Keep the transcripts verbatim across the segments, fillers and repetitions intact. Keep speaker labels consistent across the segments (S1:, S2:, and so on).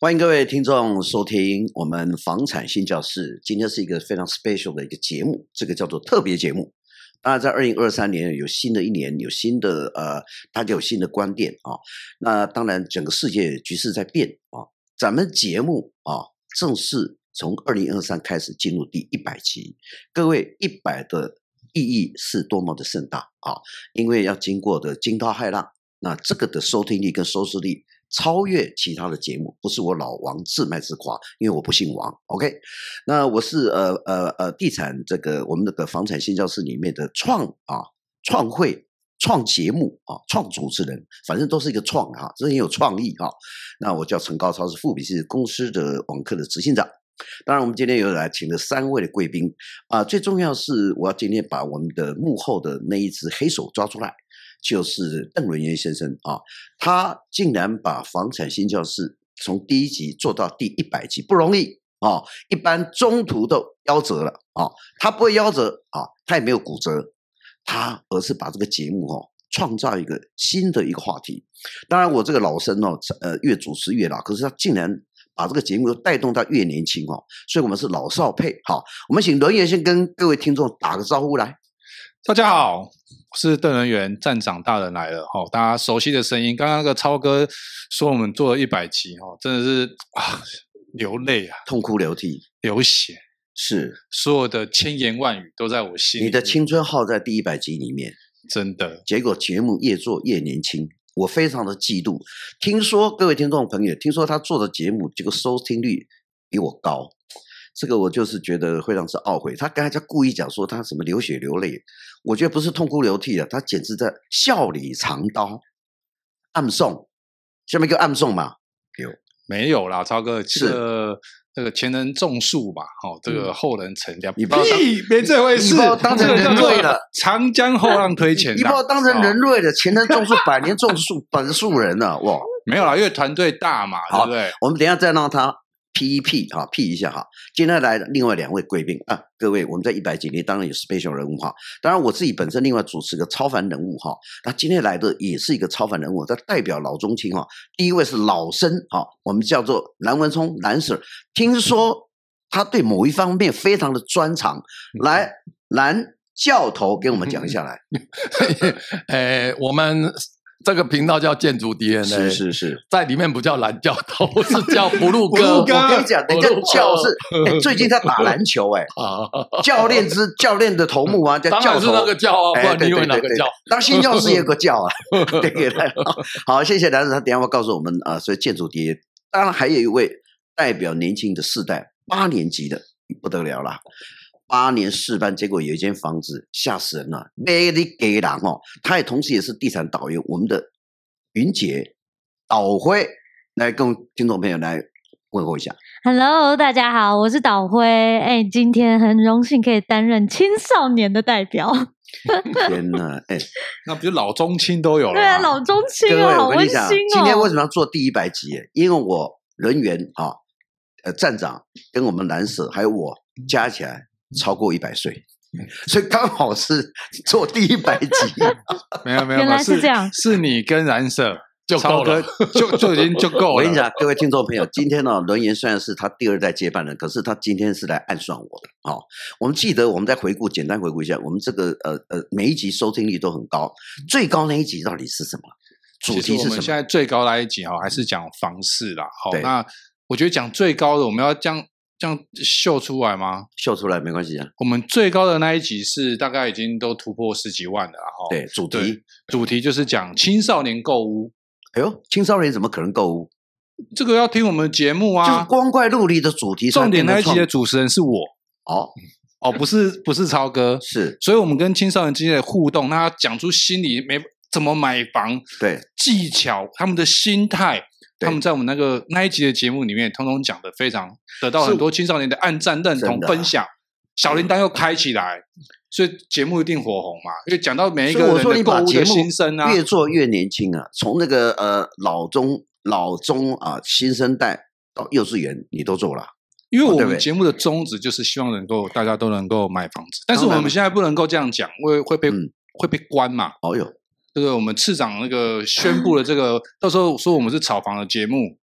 S1: 欢迎各位听众收听我们房产新教室。今天是一个非常 special 的一个节目，这个叫做特别节目。当然在二零二三年有新的一年，有新的呃，大家有新的观点啊。那当然整个世界局势在变啊。咱们节目啊，正式从二零二三开始进入第一百集。各位一百的意义是多么的盛大啊！因为要经过的惊涛骇浪，那这个的收听率跟收视率超越其他的节目，不是我老王自卖自夸，因为我不姓王 ，OK？ 那我是呃呃呃地产这个我们那个房产新教室里面的创啊创会创节目啊创主持人，反正都是一个创啊，这很有创意啊。那我叫陈高超，是富比士公司的网课的执行长。当然，我们今天有来请了三位的贵宾啊，最重要是我要今天把我们的幕后的那一只黑手抓出来。就是邓伦元先生啊，他竟然把房产新教室从第一集做到第一百集，不容易啊！一般中途都夭折了啊，他不会夭折啊，他也没有骨折，他而是把这个节目哦创造一个新的一个话题。当然，我这个老生哦，呃，越主持越老，可是他竟然把这个节目带动到越年轻哦，所以我们是老少配。好，我们请伦元先跟各位听众打个招呼来。
S2: 大家好，我是邓仁元站长大人来了哈、哦，大家熟悉的声音。刚刚那个超哥说我们做了一百集哈、哦，真的是啊流泪啊，
S1: 痛哭流涕，
S2: 流血，
S1: 是
S2: 所有的千言万语都在我心里。
S1: 你的青春耗在第一百集里面，
S2: 真的。
S1: 结果节目越做越年轻，我非常的嫉妒。听说各位听众朋友，听说他做的节目这个收听率比我高。这个我就是觉得非常是懊悔，他刚才就故意讲说他什么流血流泪，我觉得不是痛哭流涕啊，他简直在笑里藏刀，暗送，下面一个暗送嘛，有
S2: 没有啦，超哥，这个这个前人种树嘛，哦，这个后人乘凉，
S1: 你不要
S2: 屁，没这回事，
S1: 你把我当成人瑞了，
S2: 长江后浪推前浪，
S1: 你把我当成人瑞了，前人种树，百年种树，本树人啊，哇，
S2: 没有啦，因为团队大嘛，对不对？
S1: 我们等一下再让他。P 一 P 哈 P 一下哈，今天来的另外两位贵宾啊，各位我们在一百集里当然有 special 人物哈，当然我自己本身另外主持个超凡人物哈，那今天来的也是一个超凡人物，他代表老中青哈，第一位是老生哈，我们叫做蓝文聪蓝 Sir， 听说他对某一方面非常的专长，来蓝教头给我们讲一下来，
S3: 呃，我们。这个频道叫建筑 D N A，
S1: 是是是，
S3: 在里面不叫蓝教头，是叫布鲁哥。
S1: 我跟你讲，人家教是、欸、最近在打篮球哎、欸，教练之教练的头目啊，叫教头，
S3: 当然是那个教啊，不然你以为哪个教？
S1: 当新教师也有个教啊，对对对。好，谢谢蓝子，他等一下会告诉我们啊，所以建筑 D N A， 当然还有一位代表年轻的世代，八年级的不得了啦。八年四班，结果有一间房子吓死人了，卖你给人哦。他也同时也是地产导游，我们的云姐导辉来跟听众朋友来问候一下。
S4: Hello， 大家好，我是导辉。哎，今天很荣幸可以担任青少年的代表。
S1: 天哪，哎，
S2: 那不是老中青都有了？
S4: 对啊，老中青啊，好温馨哦。
S1: 今天为什么要做第一百集？因为我人员啊，呃，站长跟我们蓝舍还有我加起来。超过一百岁，所以刚好是做第一百集。
S2: 没有没有，
S4: 原来是这样，
S2: 是你跟蓝舍
S3: 就够了，
S2: 就就已经就够了。
S1: 我跟你讲，各位听众朋友，今天呢，伦元虽然是他第二代接班人，可是他今天是来暗算我的。哦，我们记得我们再回顾，简单回顾一下，我们这个呃呃每一集收听率都很高，最高那一集到底是什么？主题是什么？
S2: 我们现在最高那一集哈，还是讲房市啦。好，那我觉得讲最高的，我们要将。这样秀出来吗？
S1: 秀出来没关系啊。
S2: 我们最高的那一集是大概已经都突破十几万了哈。
S1: 对，主题
S2: 主题就是讲青少年购屋。
S1: 哎呦，青少年怎么可能购屋？
S2: 这个要听我们的节目啊。
S1: 就是光怪陆离的主题。
S2: 重点那一集的主持人是我。
S1: 哦
S2: 哦，不是不是超哥，
S1: 是。
S2: 所以我们跟青少年之间的互动，让他讲出心里没怎么买房，
S1: 对
S2: 技巧，他们的心态。他们在我们那个那一集的节目里面，通通讲的非常，得到很多青少年的按赞、认同、分享，小铃铛又开起来，所以节目一定火红嘛。因为讲到每一个人的购物的心声啊，
S1: 越做越年轻啊，从那个呃老中老中啊新生代到幼稚园，你都做了。
S2: 因为我们节目的宗旨就是希望能够大家都能够买房子，但是我们现在不能够这样讲，会会被、嗯、会被关嘛。
S1: 哦哟。
S2: 这个我们次长那个宣布了这个，到时候说我们是炒房的节目，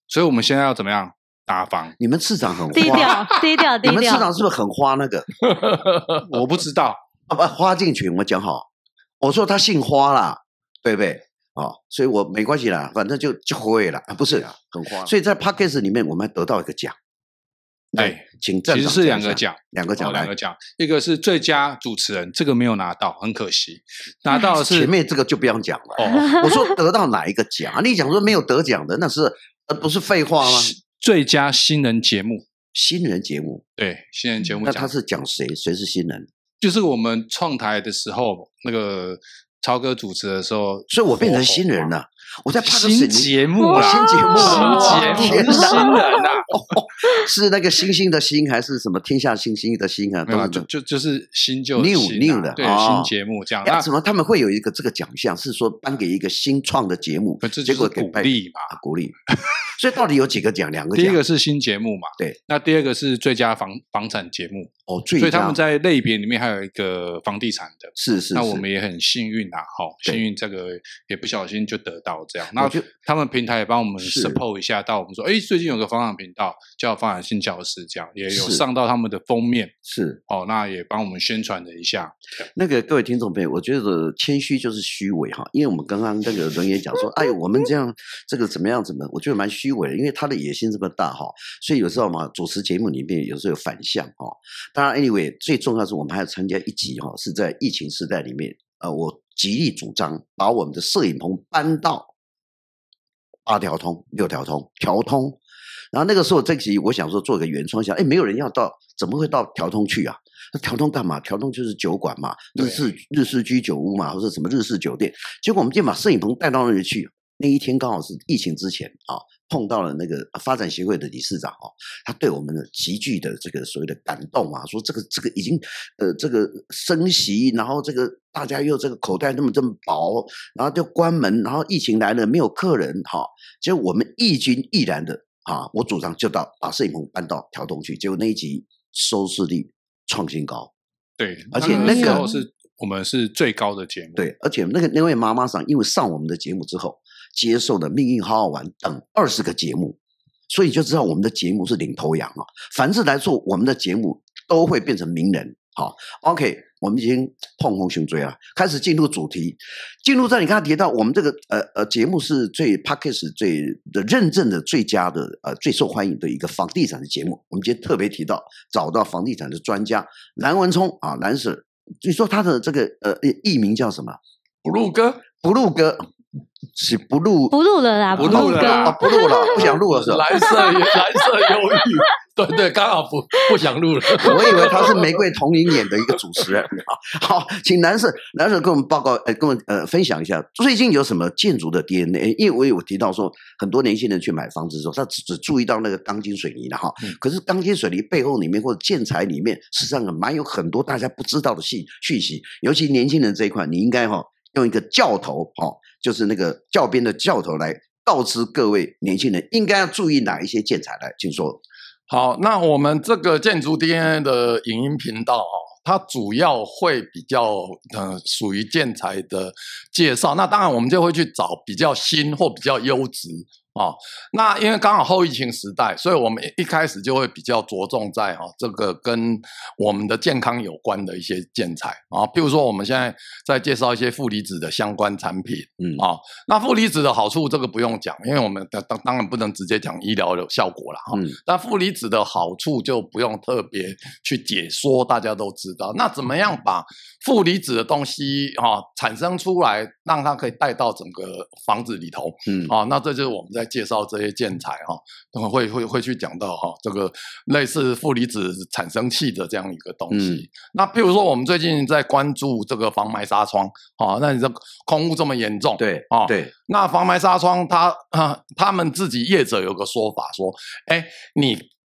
S2: 所以我们现在要怎么样打房？
S1: 你们市长很花，
S4: 低调低调低调。
S1: 你们市长是不是很花那个？
S2: 我不知道
S1: 啊，不花进群我讲好，我说他姓花啦，对不对？哦，所以我没关系啦，反正就就会了，不是很花。所以在 Podcast 里面，我们还得到一个奖。
S2: 对，
S1: 请
S2: 其实是两个奖，
S1: 两个奖，
S2: 两个奖，一个是最佳主持人，这个没有拿到，很可惜。拿到的是
S1: 前面这个就不用讲了。哦，我说得到哪一个奖？你讲说没有得奖的，那是呃不是废话吗？
S2: 最佳新人节目，
S1: 新人节目，
S2: 对，新人节目。
S1: 那他是讲谁？谁是新人？
S2: 就是我们创台的时候，那个超哥主持的时候，
S1: 所以我变成新人了。我在
S2: 新节目啦，
S1: 新节目，
S2: 新节目，新人啊，
S1: 是那个星星的星，还是什么天下星星的星啊？
S2: 没有，就就就是新就
S1: new new 的，
S2: 对，新节目这样。那
S1: 怎么他们会有一个这个奖项，是说颁给一个新创的节目，结果给
S2: 鼓励嘛，
S1: 鼓励。所以到底有几个奖？两个奖。
S2: 第一个是新节目嘛，
S1: 对。
S2: 那第二个是最佳房房产节目。
S1: 哦，最佳。
S2: 所以他们在类别里面还有一个房地产的，
S1: 是是。
S2: 那我们也很幸运啊，好幸运这个也不小心就得到这样。那他们平台也帮我们 support 一下，到我们说，哎，最近有个房产频道叫房产新教室，这样也有上到他们的封面，
S1: 是
S2: 哦，那也帮我们宣传了一下。
S1: 那个各位听众朋友，我觉得谦虚就是虚伪哈，因为我们刚刚那个人也讲说，哎，我们这样这个怎么样怎么，我觉得蛮虚伪的，因为他的野心这么大哈，所以有时候嘛，主持节目里面有时候有反向哈。当然 ，anyway， 最重要是我们还要参加一集哈，是在疫情时代里面，呃，我极力主张把我们的摄影棚搬到八条通、六条通、条通。然后那个时候这集我想说做个原创，想哎，没有人要到，怎么会到条通去啊？那条通干嘛？条通就是酒馆嘛，日式日式居酒屋嘛，或者什么日式酒店。结果我们就把摄影棚带到那里去。那一天刚好是疫情之前啊，碰到了那个发展协会的理事长哦，他对我们的极具的这个所谓的感动啊，说这个这个已经呃这个升息，然后这个大家又这个口袋那么这么薄，然后就关门，然后疫情来了没有客人哈，结果我们义军毅然的啊，我主张就到把摄影棚搬到条东去，结果那一集收视率创新高，
S2: 对，
S1: 而且那个
S2: 时候是我们是最高的节目，
S1: 对，而且那个那位妈妈桑因为上我们的节目之后。接受了《命运好好玩》等二十个节目，所以就知道我们的节目是领头羊啊！凡是来做我们的节目，都会变成名人。好 ，OK， 我们已经碰碰胸椎了，开始进入主题。进入在你刚才提到，我们这个呃呃节目是最 Podcast 最的认证的最佳的呃最受欢迎的一个房地产的节目。我们今天特别提到找到房地产的专家蓝文聪啊，蓝 Sir， 你说他的这个呃艺名叫什么？
S3: 不录哥，
S1: 不录哥。是不录
S4: 不录了啦，
S1: 不录了啊，不录了，不想录了是吧？
S3: 蓝色蓝色忧郁，对对，刚好不不想录了。
S1: 我以为他是玫瑰童林演的一个主持人。好，请蓝色蓝色跟我们报告，呃，跟我们呃分享一下最近有什么建筑的 D N A？ 因为我有提到说，很多年轻人去买房子的时候，他只只注意到那个钢筋水泥的哈，嗯、可是钢筋水泥背后里面或者建材里面，实际上蛮有很多大家不知道的信讯息，尤其年轻人这一块，你应该哈。用一个教头哦，就是那个教鞭的教头来告知各位年轻人应该要注意哪一些建材来，请说。
S3: 好，那我们这个建筑 D N A 的影音频道哦，它主要会比较呃属于建材的介绍。那当然我们就会去找比较新或比较优质。哦，那因为刚好后疫情时代，所以我们一开始就会比较着重在哈、哦、这个跟我们的健康有关的一些建材啊，譬如说我们现在在介绍一些负离子的相关产品，嗯啊、哦，那负离子的好处这个不用讲，因为我们当当然不能直接讲医疗的效果了哈、哦，嗯、但负离子的好处就不用特别去解说，大家都知道。那怎么样把负离子的东西哈、哦、产生出来，让它可以带到整个房子里头，嗯啊、哦，那这就是我们在在介绍这些建材哈，会会会去讲到哈这个类似负离子产生器的这样一个东西。嗯、那譬如说我们最近在关注这个防霾纱窗，啊，那你这空污这么严重，
S1: 对
S3: 啊，
S1: 对，
S3: 那防霾纱窗它啊他们自己业者有个说法说，哎，你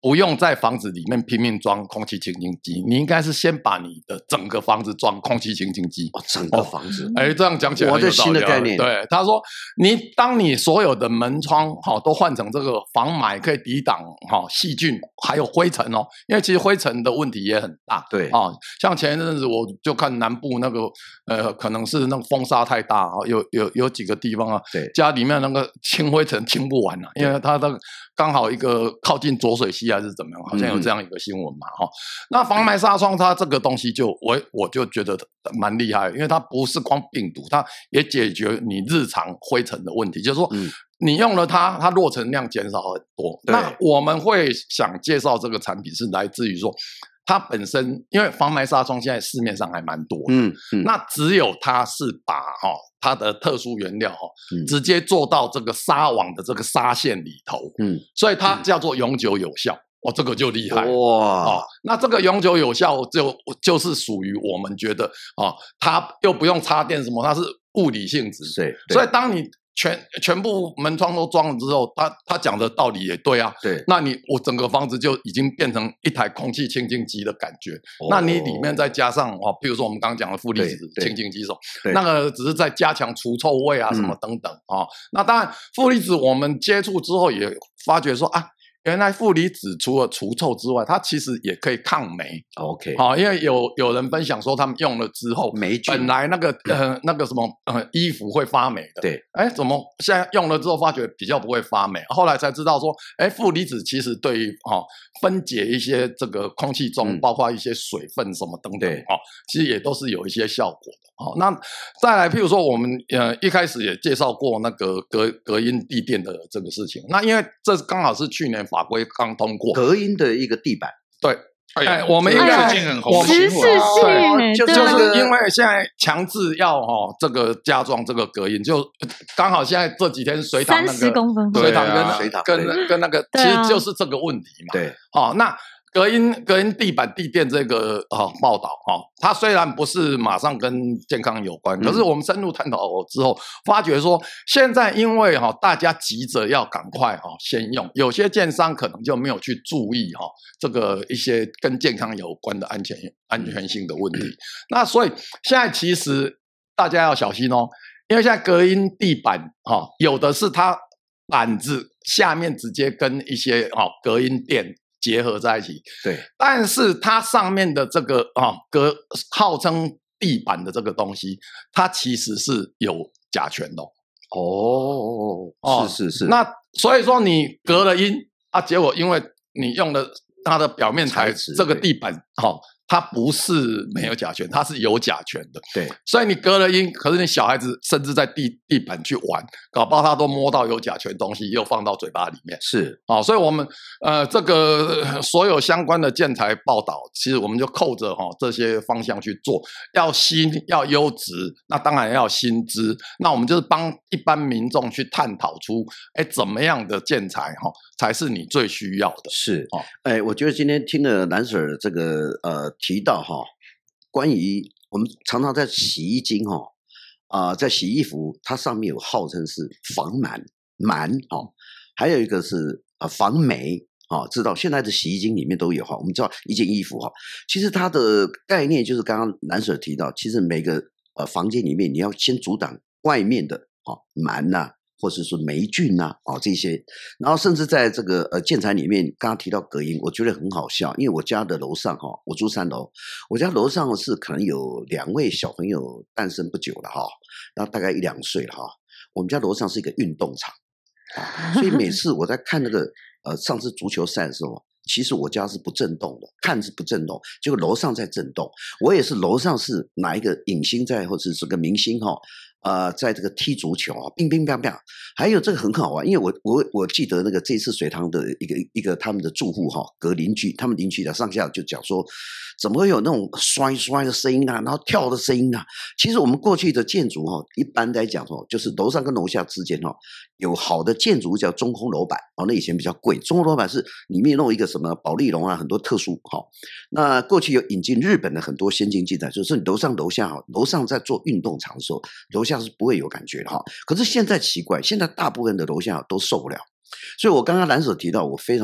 S3: 不用在房子里面拼命装空气清净机，你应该是先把你的整个房子装空气清净机。
S1: 哦，整个房子，
S3: 哎、哦，这样讲起来很有道理、啊。
S1: 我的新的概念。
S3: 对，他说，你当你所有的门窗哈、哦、都换成这个防霾，可以抵挡哈细菌还有灰尘哦，因为其实灰尘的问题也很大。
S1: 对
S3: 啊、哦，像前一阵子我就看南部那个呃，可能是那个风沙太大啊，有有有几个地方啊，
S1: 对，
S3: 家里面那个清灰尘清不完了、啊，因为它的刚好一个靠近浊水溪还是怎么样，好像有这样一个新闻嘛哈、嗯。那防霾纱窗它这个东西就我我就觉得蛮厉害的，因为它不是光病毒，它也解决你日常灰尘的问题，就是说。嗯，你用了它，它落尘量减少很多。那我们会想介绍这个产品，是来自于说，它本身因为防霾纱窗现在市面上还蛮多的，嗯嗯，那只有它是把哈、哦、它的特殊原料哈、哦嗯、直接做到这个纱网的这个纱线里头，嗯，所以它叫做永久有效。哦，这个就厉害哇！哦，那这个永久有效就就是属于我们觉得哦，它又不用插电什么，它是物理性质。
S1: 对，
S3: 所以当你全全部门窗都装了之后，他他讲的道理也对啊。
S1: 对，
S3: 那你我整个房子就已经变成一台空气清净机的感觉。哦、那你里面再加上哦，比如说我们刚刚讲的负离子清净机手，那个只是在加强除臭味啊什么等等啊、嗯哦。那当然负离子我们接触之后也发觉说啊。原来负离子除了除臭之外，它其实也可以抗霉。
S1: OK，
S3: 好、哦，因为有有人分享说，他们用了之后，
S1: 霉菌
S3: 本来那个呃那个什么呃衣服会发霉的，
S1: 对，
S3: 哎，怎么现在用了之后发觉比较不会发霉？后来才知道说，哎，负离子其实对于哈、哦、分解一些这个空气中、嗯、包括一些水分什么等等，哦，其实也都是有一些效果的。哦，那再来，譬如说我们呃一开始也介绍过那个隔隔音地垫的这个事情，那因为这刚好是去年法规刚通过
S1: 隔音的一个地板，
S3: 对，哎，哎我们应该
S2: 最近很红的新闻，
S3: 对，就是因为现在强制要哦这个加装这个隔音，就刚好现在这几天水塘那个
S4: 三十公分，
S3: 水塘跟、
S1: 啊、水塘
S3: 跟跟那个，其实就是这个问题嘛，
S1: 对，
S3: 哦，那。隔音隔音地板地垫这个哦报道哦，它虽然不是马上跟健康有关，嗯、可是我们深入探讨之后，发觉说现在因为哈、哦、大家急着要赶快哈、哦、先用，有些建商可能就没有去注意哈、哦、这个一些跟健康有关的安全安全性的问题。嗯、那所以现在其实大家要小心哦，因为现在隔音地板哈、哦、有的是它板子下面直接跟一些哈、哦、隔音垫。结合在一起，
S1: 对，
S3: 但是它上面的这个啊，隔号称地板的这个东西，它其实是有甲醛的
S1: 哦，哦，是是是。
S3: 那所以说你隔了音啊，结果因为你用的它的表面材质，这个地板哦，它不是没有甲醛，它是有甲醛的。
S1: 对，
S3: 所以你隔了音，可是你小孩子甚至在地地板去玩，搞不好他都摸到有甲醛的东西，又放到嘴巴里面。
S1: 是
S3: 啊、哦，所以我们呃这个所有相关的建材报道，其实我们就扣着哈、哦、这些方向去做，要新要优质，那当然要新知。那我们就是帮一般民众去探讨出，哎，怎么样的建材哈、哦、才是你最需要的。
S1: 是哦，哎，我觉得今天听了蓝 Sir 这个呃。提到哈，关于我们常常在洗衣精哈啊、呃，在洗衣服，它上面有号称是防螨螨哈，还有一个是呃防霉啊，知道现在的洗衣精里面都有哈。我们知道一件衣服哈，其实它的概念就是刚刚蓝 Sir 提到，其实每个呃房间里面你要先阻挡外面的啊螨呐。或者是霉菌呐、啊，哦这些，然后甚至在这个呃建材里面，刚刚提到隔音，我觉得很好笑，因为我家的楼上哈，我住三楼，我家楼上是可能有两位小朋友诞生不久了哈，然后大概一两岁了哈，我们家楼上是一个运动场，啊，所以每次我在看那个呃上次足球赛的时候。其实我家是不震动的，看是不震动，结果楼上在震动。我也是楼上是哪一个影星在，或者是个明星哈、哦，呃，在这个踢足球啊，乒乒乓乓。还有这个很好玩，因为我我我记得那个这次水塘的一个一个他们的住户哈，隔邻居，他们邻居的上下就讲说，怎么会有那种摔摔的声音啊，然后跳的声音啊？其实我们过去的建筑哈，一般来讲哦，就是楼上跟楼下之间哈，有好的建筑叫中空楼板哦，那以前比较贵，中空楼板是里面弄一个什么保丽龙啊，很多特殊哈、哦。那过去有引进日本的很多先进建材，就是你楼上楼下哈，楼上在做运动场的时候，楼下是不会有感觉的哈。可是现在奇怪，现在大部分的楼下都受不了。所以我刚刚蓝 Sir 提到，我非常有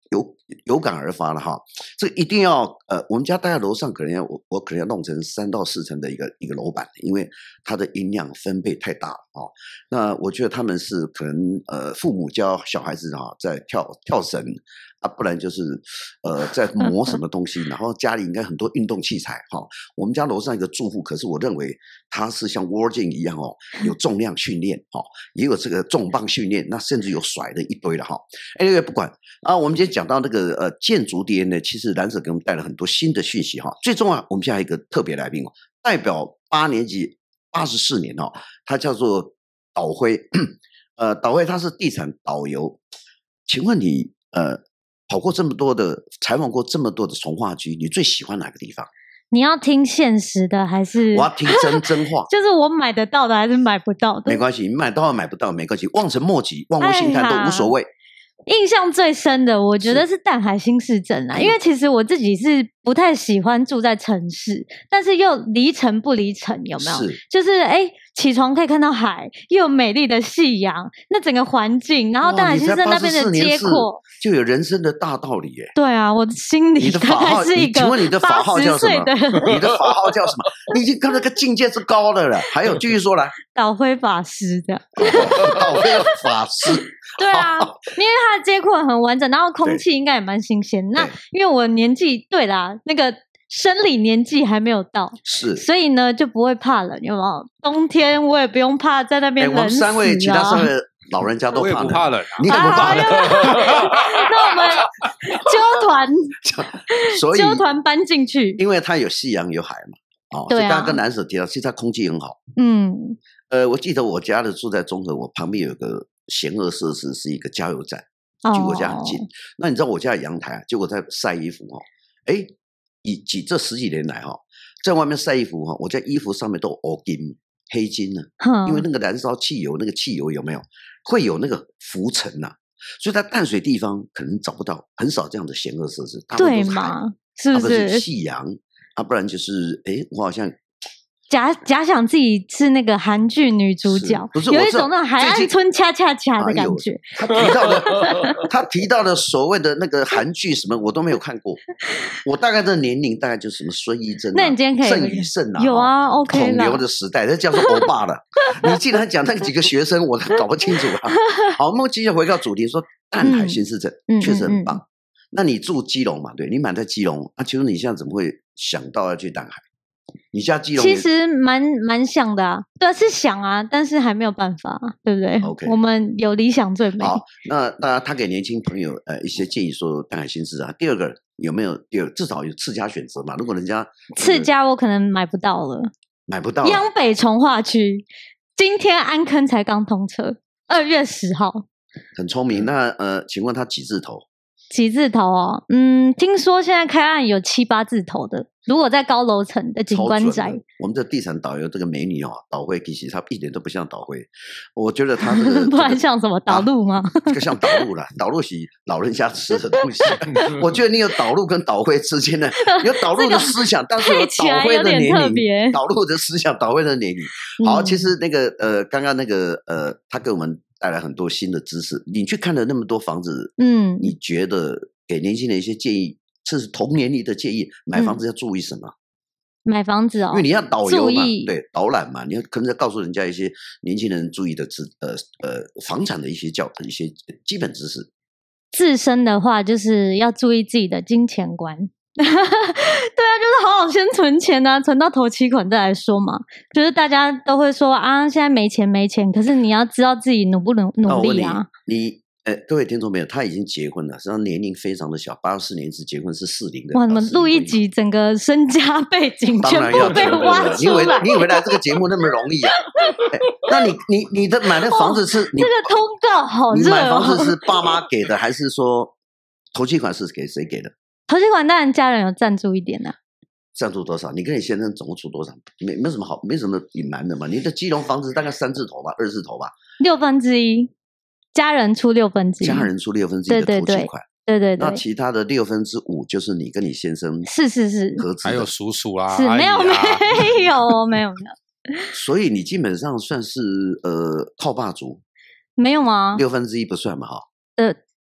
S1: 有有感而发了哈。这一定要呃，我们家大概楼上可能要我我可能要弄成三到四层的一个一个楼板，因为它的音量分贝太大了哦。那我觉得他们是可能呃父母教小孩子哈、哦、在跳跳绳啊，不然就是呃在磨什么东西，然后家里应该很多运动器材哈、哦。我们家楼上一个住户，可是我认为他是像 Wargame 一样哦，有重量训练哦，也有这个重磅训练，那甚至有甩的一堆了哈。哎，那个不管啊，我们今天讲到那个呃建筑 D N A， 其实蓝舍给我们带了很多新的讯息哈。最重要，我们现在有一个特别来宾哦，代表八年级八十四年哦，他叫做导辉，呃，导辉他是地产导游，请问你呃跑过这么多的，采访过这么多的从化区，你最喜欢哪个地方？
S4: 你要听现实的还是？
S1: 我要听真真话，
S4: 就是我买得到的还是买不到的？
S1: 没关系，你买到买不到没关系，望尘莫及，万物心谈都无所谓。
S4: 印象最深的，我觉得是淡海新市镇啦，因为其实我自己是不太喜欢住在城市，但是又离城不离城，有没有？
S1: 是，
S4: 就是哎，起床可以看到海，又有美丽的夕阳，那整个环境，然后淡海新市镇那边的街廓，
S1: 就有人生的大道理耶。
S4: 对啊，我心里大概是一个
S1: 请问你的法号叫什么？你的法号叫什么？你已经跟那个境界是高的了。还有继续说来，
S4: 导辉法师的，
S1: 导辉法师。
S4: 对啊，因为它的街廓很完整，然后空气应该也蛮新鲜。那因为我年纪对啦，那个生理年纪还没有到，
S1: 是，
S4: 所以呢就不会怕冷，有没有？冬天我也不用怕在那边冷死、啊。
S1: 我们三位其他三位老人家都怕冷，
S2: 我也不怕冷、啊，
S1: 你也不怕冷。
S4: 那我们纠团，
S1: 所以
S4: 纠团搬进去，
S1: 因为它有夕阳有海嘛。哦，
S4: 对啊。
S1: 刚刚跟蓝舍提到，其实它空气很好。
S4: 嗯，
S1: 呃，我记得我家的住在中和，我旁边有个险恶设施是一个加油站，距我家很近。哦、那你知道我家的阳台啊，结果在晒衣服哦，哎，以几这十几年来哈、哦，在外面晒衣服哈、哦，我在衣服上面都有金黑金呢，因为那个燃烧汽油，那个汽油有没有会有那个浮尘呐、啊？所以在淡水地方可能找不到，很少这样的险恶设施，大部分都是海，
S4: 是不是？
S1: 是夕阳啊，不然就是哎，我好像。
S4: 假假想自己是那个韩剧女主角，
S1: 不是
S4: 有一种那种海岸村恰恰恰的感觉。
S1: 哎、他提到的，他提到的所谓的那个韩剧什么，我都没有看过。我大概这年龄大概就是什么孙艺珍、啊，
S4: 那你今天可以
S1: 郑宇盛啊，
S4: 有啊 ，OK
S1: 孔刘的时代，这叫做欧巴了。你竟然讲那几个学生，我搞不清楚啊。好，我们继续回到主题，说淡海新市镇、嗯、确实很棒。嗯嗯嗯、那你住基隆嘛？对，你买在基隆，啊，其实你现在怎么会想到要去淡海？你家基隆
S4: 其实蛮蛮想的啊，对，是想啊，但是还没有办法，对不对
S1: ？OK，
S4: 我们有理想最美。
S1: 好，那大家他给年轻朋友呃一些建议，说淡海新市啊。第二个有没有第二至少有次佳选择嘛？如果人家、
S4: 那個、次佳我可能买不到了，
S1: 买不到了。
S4: 央北重划区今天安坑才刚通车，二月十号。
S1: 很聪明，那呃，请问他几字头？
S4: 几字头哦？嗯，听说现在开案有七八字头的。如果在高楼层的景观宅，
S1: 我们这地产导游这个美女哦，导辉其实她一点都不像导辉，我觉得她这个
S4: 不然像什么导路吗？
S1: 啊、这个像导路啦，导路是老人家吃的东西。我觉得你有导路跟导辉之间的有导路的思想，但是有导辉的年龄，导路的思想，导辉的年龄。好，其实那个呃，刚刚那个呃，他给我们带来很多新的知识。你去看了那么多房子，嗯，你觉得给年轻人一些建议？这是同年龄的建议，买房子要注意什么？
S4: 嗯、买房子哦，
S1: 因为你要导游嘛，对，导览嘛，你要可能在告诉人家一些年轻人注意的知呃呃房产的一些教一些基本知识。
S4: 自身的话，就是要注意自己的金钱观。对啊，就是好好先存钱啊，存到头期款再来说嘛。就是大家都会说啊，现在没钱没钱，可是你要知道自己努不努努力啊。
S1: 你。哎，各位听众朋友，他已经结婚了，实际上年龄非常的小，八十四年是结婚是适龄的。
S4: 哇，你们录一集，整个身家背景全部被挖出来。
S1: 你以为你以为来这个节目那么容易啊？哎、那你你你的买的房子是、哦、
S4: 这个通告好热、哦、
S1: 你买房子是爸妈给的，还是说头期款是给谁给的？
S4: 头期款当然家人有赞助一点啊。
S1: 赞助多少？你跟你先生总共出多少？没没什么好，没什么隐瞒的嘛。你的基隆房子大概三字头吧，二字头吧，
S4: 六分之一。家人出六分之一，
S1: 家人出六分之一的头期款，
S4: 对对 对, 对, 对, 对，
S1: 那其他的六分之五就是你跟你先生
S4: 是是是
S1: 合资，
S2: 还有叔叔啊，
S4: 是没有、
S2: 啊、
S4: 没有没有没有，
S1: 所以你基本上算是呃靠爸族，
S4: 没有吗？
S1: 六分之一不算嘛哈，
S4: 呃，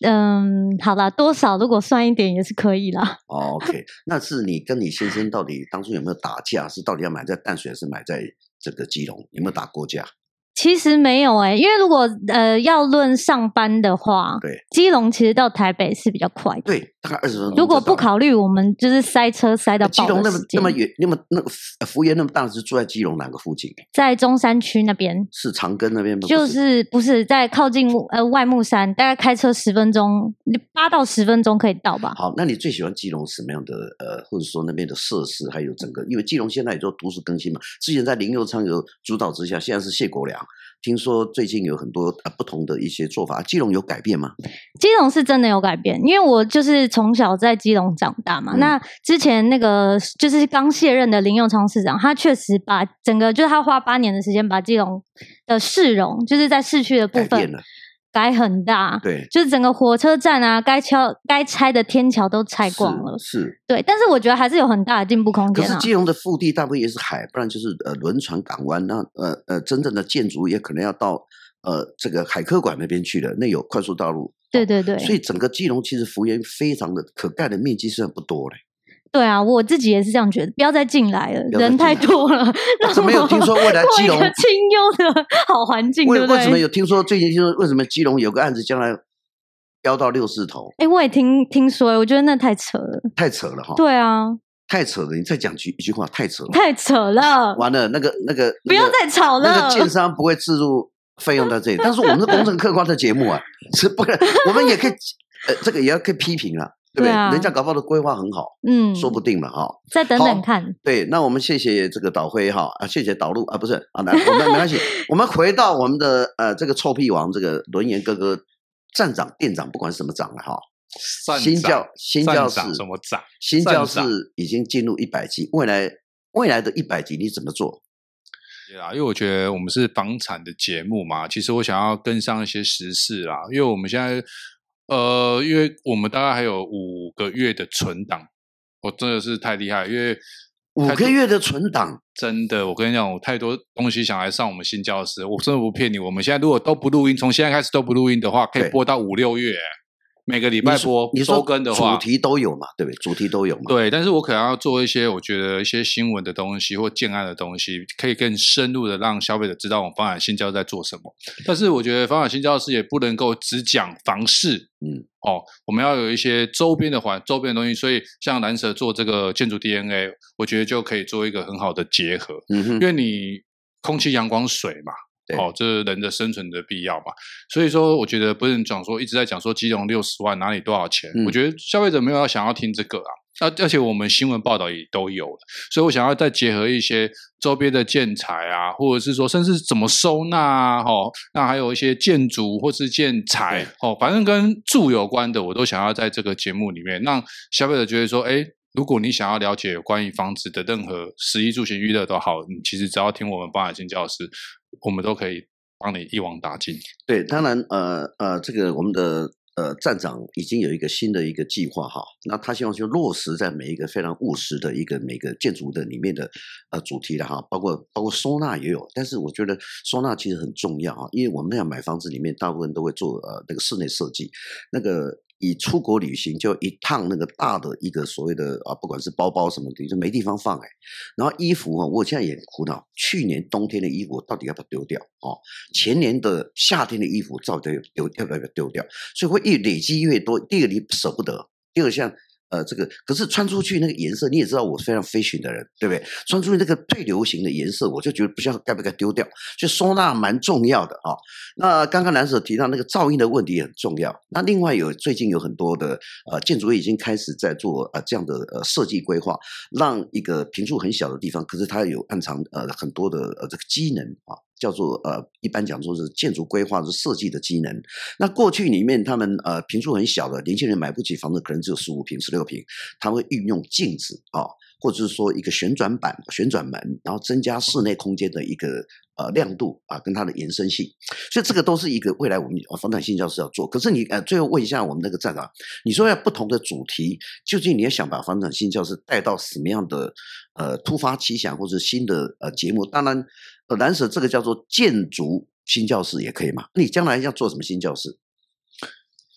S4: 嗯，好啦，多少如果算一点也是可以啦。
S1: 哦 ，OK， 那是你跟你先生到底当初有没有打架？是到底要买在淡水还是买在这个基隆？有没有打过架？
S4: 其实没有诶、欸，因为如果呃要论上班的话，
S1: 对，
S4: 基隆其实到台北是比较快的，
S1: 对，大概二十分钟。
S4: 如果不考虑我们就是塞车塞到
S1: 基隆那么那么
S4: 远，
S1: 那么那个幅员那么大，是住在基隆哪个附近？
S4: 在中山区那边，
S1: 是长庚那边吗？
S4: 就是不是在靠近呃外木山，大概开车十分钟，八到十分钟可以到吧？
S1: 好，那你最喜欢基隆什么样的呃，或者说那边的设施，还有整个，因为基隆现在也做都市更新嘛，之前在林右昌有主导之下，现在是谢国良。听说最近有很多呃不同的一些做法，基隆有改变吗？
S4: 基隆是真的有改变，因为我就是从小在基隆长大嘛。嗯、那之前那个就是刚卸任的林右昌市长，他确实把整个就是他花八年的时间把基隆的市容，就是在市区的部分
S1: 改变了。
S4: 改很大，
S1: 对，
S4: 就是整个火车站啊，该敲该拆的天桥都拆光了，
S1: 是，是
S4: 对。但是我觉得还是有很大的进步空间、啊。
S1: 可是基隆的腹地大部分也是海，不然就是呃轮船港湾，那呃呃真正的建筑也可能要到呃这个海科馆那边去了，那有快速道路。
S4: 对对对，
S1: 所以整个基隆其实幅员非常的可盖的面积虽然不多嘞。
S4: 对啊，我自己也是这样觉得，不要再进来了，人太多了。
S1: 我怎么有听说未来基隆
S4: 清幽的好环境？对不对？
S1: 为什么有听说最近听说为什么基隆有个案子将来飙到六四头？
S4: 哎，我也听听说，我觉得那太扯了，
S1: 太扯了哈。
S4: 对啊，
S1: 太扯了！你再讲句一句话，太扯了，
S4: 太扯了。
S1: 完了，那个那个，
S4: 不要再吵了。
S1: 那个建商不会置入费用在这里，但是我们是公正客观的节目啊，是不可能，我们也可以呃，这个也要可以批评了。对不对？对啊、人家搞不好的规划很好，嗯，说不定了哈。
S4: 再等等看。
S1: 对，那我们谢谢这个导辉哈啊，谢谢导路啊，不是啊，来，我们没关系，我们回到我们的呃这个臭屁王这个轮岩哥哥站长店长，不管什么长了哈。新教新教室
S2: 什么长？
S1: 新教室已经进入一百集，未来未来的一百集你怎么做？
S2: 对啦，因为我觉得我们是房产的节目嘛，其实我想要跟上一些时事啦，因为我们现在。呃，因为我们大概还有五个月的存档，我真的是太厉害，因为
S1: 五个月的存档，
S2: 真的，我跟你讲，我太多东西想来上我们新教室，我真的不骗你。我们现在如果都不录音，从现在开始都不录音的话，可以播到五六月，每个礼拜播。
S1: 你说
S2: 周更的话，
S1: 主题都有嘛？对不对？主题都有嘛？
S2: 对，但是我可能要做一些我觉得一些新闻的东西或建案的东西，可以更深入的让消费者知道我们房产新教室在做什么。但是我觉得房产新教室也不能够只讲房市，嗯，哦，我们要有一些周边的环周边的东西。所以像蓝蛇做这个建筑 D N A， 我觉得就可以做一个很好的结合，嗯哼，因为你空气、阳光、水嘛。哦，这是人的生存的必要嘛，所以说我觉得不是讲说一直在讲说基隆六十万哪里多少钱，嗯、我觉得消费者没有要想要听这个啊，啊而且我们新闻报道也都有了，所以我想要再结合一些周边的建材啊，或者是说甚至怎么收纳啊，哦，那还有一些建筑或是建材，哦，反正跟住有关的，我都想要在这个节目里面让消费者觉得说，哎。如果你想要了解有关于房子的任何食衣住行娱乐都好，你其实只要听我们房产新教室，我们都可以帮你一网打尽。
S1: 对，当然，呃呃，这个我们的呃站长已经有一个新的一个计划哈，那他希望就落实在每一个非常务实的一个每个建筑的里面的呃主题的哈，包括包括收纳也有，但是我觉得收纳其实很重要啊，因为我们要买房子里面大部分都会做呃那个室内设计，那个。以出国旅行就一趟那个大的一个所谓的啊，不管是包包什么的，就没地方放哎、欸。然后衣服啊，我现在也很苦恼，去年冬天的衣服到底要不要丢掉哦？前年的夏天的衣服到底要丢要不要丢掉？所以会越累积越多。第一个你舍不得，第二个像。呃，这个可是穿出去那个颜色，你也知道我非常 fashion 的人，对不对？穿出去那个最流行的颜色，我就觉得不知道该不该丢掉，所以收纳蛮重要的啊、哦。那刚刚蓝舍提到那个噪音的问题也很重要。那另外有最近有很多的呃建筑业已经开始在做呃这样的呃设计规划，让一个坪数很小的地方，可是它有暗藏呃很多的呃这个机能啊。叫做呃，一般讲说是建筑规划是设计的机能。那过去里面他们呃坪数很小的年轻人买不起房子，可能只有十五坪、十六坪，他会运用镜子啊、哦，或者是说一个旋转板、旋转门，然后增加室内空间的一个呃亮度啊，跟它的延伸性。所以这个都是一个未来我们房产新教室要做。可是你呃最后问一下我们那个站长，你说要不同的主题，究竟你要想把房产新教室带到什么样的呃突发奇想或者新的呃节目？当然。呃，蓝舍这个叫做建筑新教室也可以嘛？你将来要做什么新教室？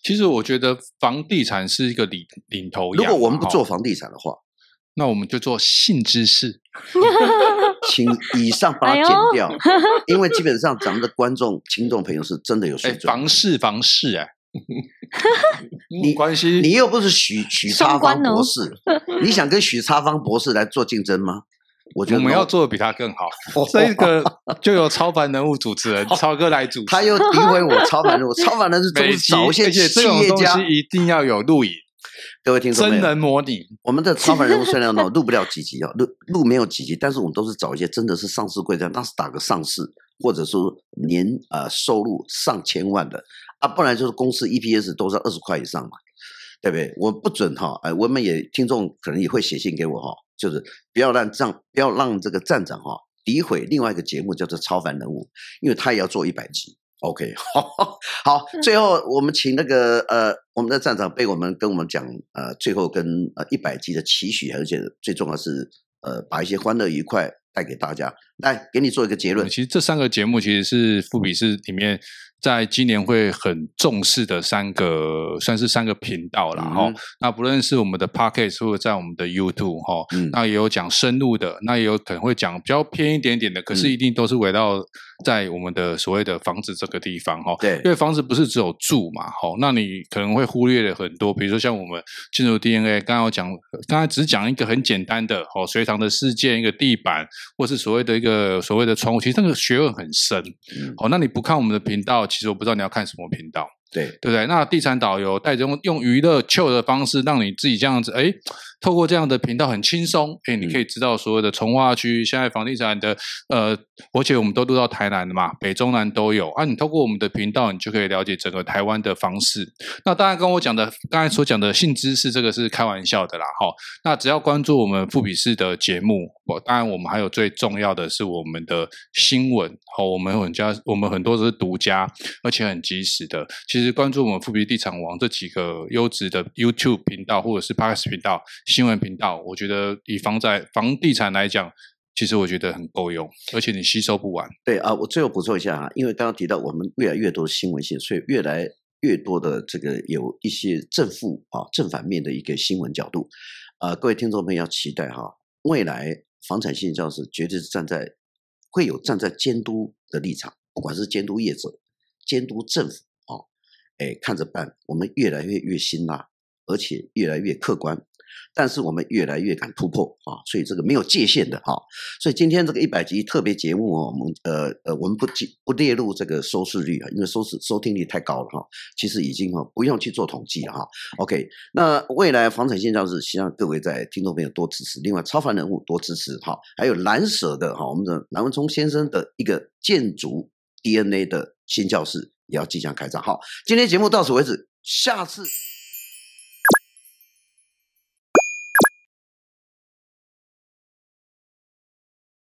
S2: 其实我觉得房地产是一个领领头羊。
S1: 如果我们不做房地产的话，
S2: 那我们就做性知识。
S1: 请以上把它剪掉，哎、因为基本上咱们的观众、听众朋友是真的有水准。
S2: 房事房事哎，
S1: 你
S2: 关系
S1: 你又不是许许叉芳博士，哦、你想跟许叉芳博士来做竞争吗？我觉得
S2: 我们要做的比他更好。这个就由超凡人物主持人超哥来主持。
S1: 他又诋毁我超凡人物，超凡人物总是找一些企业家，
S2: 一定要有录影。
S1: 各位听众，
S2: 真人模拟。
S1: 我们的超凡人物虽然录不了几集啊，录录没有几集，但是我们都是找一些真的是上市柜的，那是打个上市，或者说年呃收入上千万的啊，不然就是公司 E P S 都是二十块以上嘛，对不对？我不准哈，哎，我们也听众可能也会写信给我哈，就是不要让让不要让这个站长哈诋毁另外一个节目叫做超凡人物，因为他也要做一百集。OK， 好，好，最后我们请那个呃，我们的站长被我们跟我们讲呃，最后跟呃一百集的期许，而且最重要是呃，把一些欢乐愉快带给大家。来，给你做一个结论。
S2: 其实这三个节目其实是富比士里面在今年会很重视的三个，算是三个频道啦。哈、嗯。那不论是我们的 Podcast 或者在我们的 YouTube 哈、嗯，那也有讲深入的，那也有可能会讲比较偏一点点的，可是一定都是围绕在我们的所谓的房子这个地方哈。
S1: 对，
S2: 因为房子不是只有住嘛，哈，那你可能会忽略了很多，比如说像我们进入 D N A， 刚刚有讲，刚才只是讲一个很简单的哦，随堂的事件，一个地板，或是所谓的一个所谓的窗户，其实那个学问很深。嗯，好，那你不看我们的频道，其实我不知道你要看什么频道。
S1: 对，
S2: 对不对？那地产导游带着用用娱乐 chill 的方式，让你自己这样子，哎，透过这样的频道很轻松，哎，你可以知道所有的从化区现在房地产的，呃，而且我们都录到台南的嘛，北中南都有啊。你透过我们的频道，你就可以了解整个台湾的房市。那当然跟我讲的，刚才所讲的性知识，这个是开玩笑的啦，哈。那只要关注我们富比士的节目，当然我们还有最重要的是我们的新闻，好，我们很家，我们很多都是独家，而且很及时的。其实关注我们富比士地产王这几个优质的 YouTube 频道或者是 Podcast 频道、新闻频道，我觉得以房在房地产来讲，其实我觉得很够用，而且你吸收不完。
S1: 对啊，我最后补充一下啊，因为刚刚提到我们越来越多的新闻线，所以越来越多的这个有一些正负啊正反面的一个新闻角度。呃，各位听众朋友要期待哈，未来房产信教是绝对是站在会有站在监督的立场，不管是监督业者、监督政府啊，哎看着办，我们越来越越辛辣，而且越来越客观。但是我们越来越敢突破啊，所以这个没有界限的哈、啊。所以今天这个一百集特别节目哦，我们呃呃我们不不列入这个收视率啊，因为收视收听率太高了哈、啊。其实已经哈、啊、不用去做统计了哈、啊。OK， 那未来房产现象是希望各位在听众朋友多支持，另外超凡人物多支持哈、啊，还有蓝舍的哈、啊，我们的蓝文聪先生的一个建筑 D N A 的新教室也要即将开张。好，今天节目到此为止，下次。